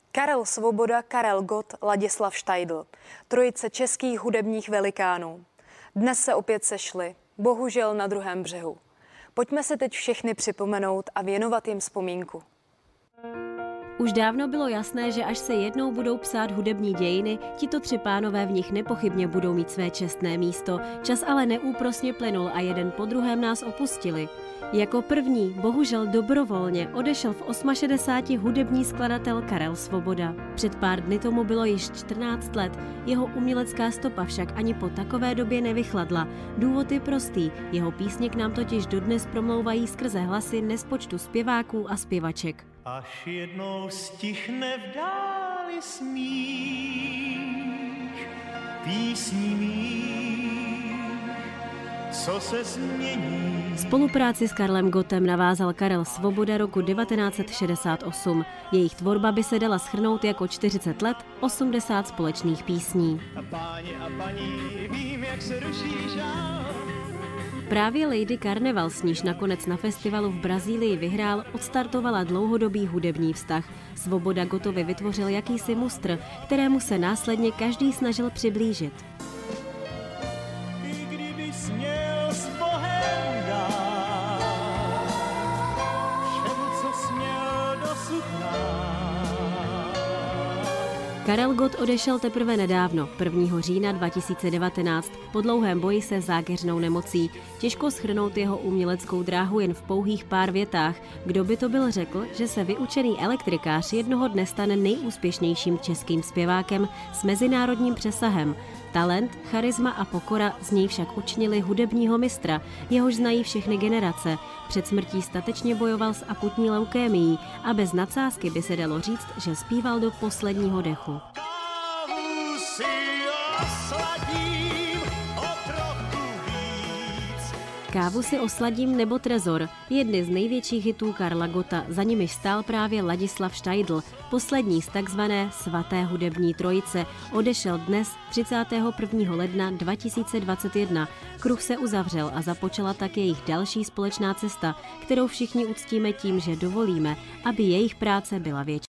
Karel Svoboda, Karel Gott, Ladislav Štajdl. Trojice českých hudebních velikánů. Dnes se opět sešli, bohužel na druhém břehu. Pojďme si teď všechny připomenout a věnovat jim vzpomínku. Už dávno bylo jasné, že až se jednou budou psát hudební dějiny, tito tři pánové v nich nepochybně budou mít své čestné místo. Čas ale neúprosně plynul a jeden po druhém nás opustili. Jako první, bohužel dobrovolně, odešel v 68 hudební skladatel Karel Svoboda. Před pár dny tomu bylo již 14 let, jeho umělecká stopa však ani po takové době nevychladla. Důvod je prostý, jeho písně k nám totiž dodnes promlouvají skrze hlasy nespočtu zpěváků a zpěvaček. Až jednou stihne v dáli smích písní mých, co se změní. Spolupráci s Karlem Gottem navázal Karel Svoboda roku 1968. Jejich tvorba by se dala shrnout jako 40 let, 80 společných písní. A paní, vím, jak se ruší žál. Právě Lady Carnival, s níž nakonec na festivalu v Brazílii vyhrál, odstartovala dlouhodobý hudební vztah. Svoboda Gottovi vytvořil jakýsi mustr, kterému se následně každý snažil přiblížit. I kdyby směl s Bohem dát všemu, co směl dosud dát. Karel Gott odešel teprve nedávno, 1. října 2019, po dlouhém boji se zákeřnou nemocí. Těžko shrnout jeho uměleckou dráhu jen v pouhých pár větách. Kdo by to byl řekl, že se vyučený elektrikář jednoho dne stane nejúspěšnějším českým zpěvákem s mezinárodním přesahem. Talent, charisma a pokora z něj však učinili hudebního mistra, jehož znají všechny generace. Před smrtí statečně bojoval s akutní leukémií a bez nadsázky by se dalo říct, že zpíval do posledního dechu. Kávu si osladím o trochu víc. Kávu si osladím nebo Trezor, jedny z největších hitů Karla Gotta, za nimi stál právě Ladislav Štajdl, poslední z takzvané svaté hudební trojice, odešel dnes 31. ledna 2021. Kruh se uzavřel a započala tak jejich další společná cesta, kterou všichni uctíme tím, že dovolíme, aby jejich práce byla věčná.